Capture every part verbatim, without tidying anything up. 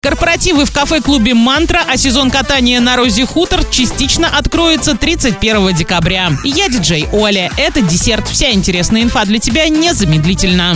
Корпоративы в кафе-клубе «Мантра», а сезон катания на Розе Хутор частично откроется тридцать первого декабря. Я диджей Оля. Это десерт. Вся интересная инфа для тебя незамедлительно.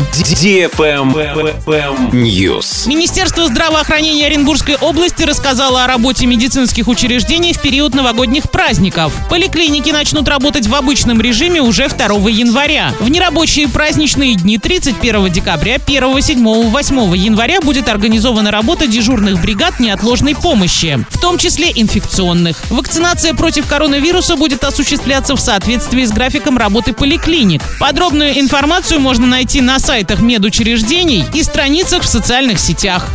News. Министерство здравоохранения Оренбургской области рассказало о работе медицинских учреждений в период новогодних праздников. Поликлиники начнут работать в обычном режиме уже второго января. В нерабочие праздничные дни тридцать первого декабря, первого, седьмого, восьмого января будет организована работа дежурных бригад неотложной помощи, в том числе инфекционных. Вакцинация против коронавируса будет осуществляться в соответствии с графиком работы поликлиник. Подробную информацию можно найти на сайтах медучреждений и страницах в социальных сетях.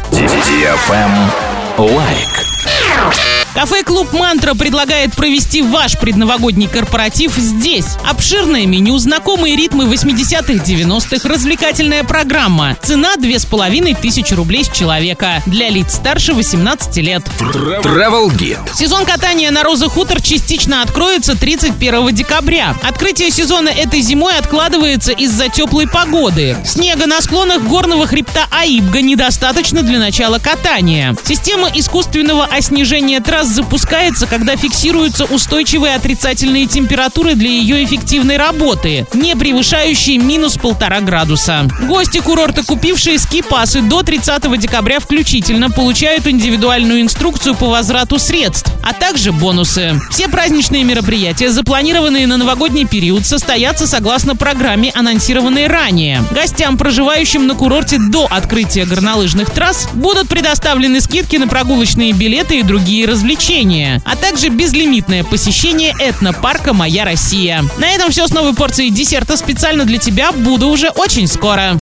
Лайк. Кафе-клуб «Мантра» предлагает провести ваш предновогодний корпоратив здесь. Обширное меню, знакомые ритмы восьмидесятых-девяностых, развлекательная программа. Цена две с половиной тысячи рублей с человека. Для лиц старше восемнадцати лет. Travel Guide. Сезон катания на Розе Хутор частично откроется тридцать первого декабря. Открытие сезона этой зимой откладывается из-за теплой погоды. Снега на склонах горного хребта Аибга недостаточно для начала катания. Система искусственного оснежения трасс запускается, когда фиксируются устойчивые отрицательные температуры для ее эффективной работы, не превышающие минус полтора градуса. Гости курорта, купившие ски-пасы до тридцатого декабря включительно, получают индивидуальную инструкцию по возврату средств, а также бонусы. Все праздничные мероприятия, запланированные на новогодний период, состоятся согласно программе, анонсированной ранее. Гостям, проживающим на курорте до открытия горнолыжных трасс, будут предоставлены скидки на прогулочные билеты и другие развлечения, а также безлимитное посещение этнопарка «Моя Россия». На этом все с новой порцией десерта специально для тебя. Буду уже очень скоро.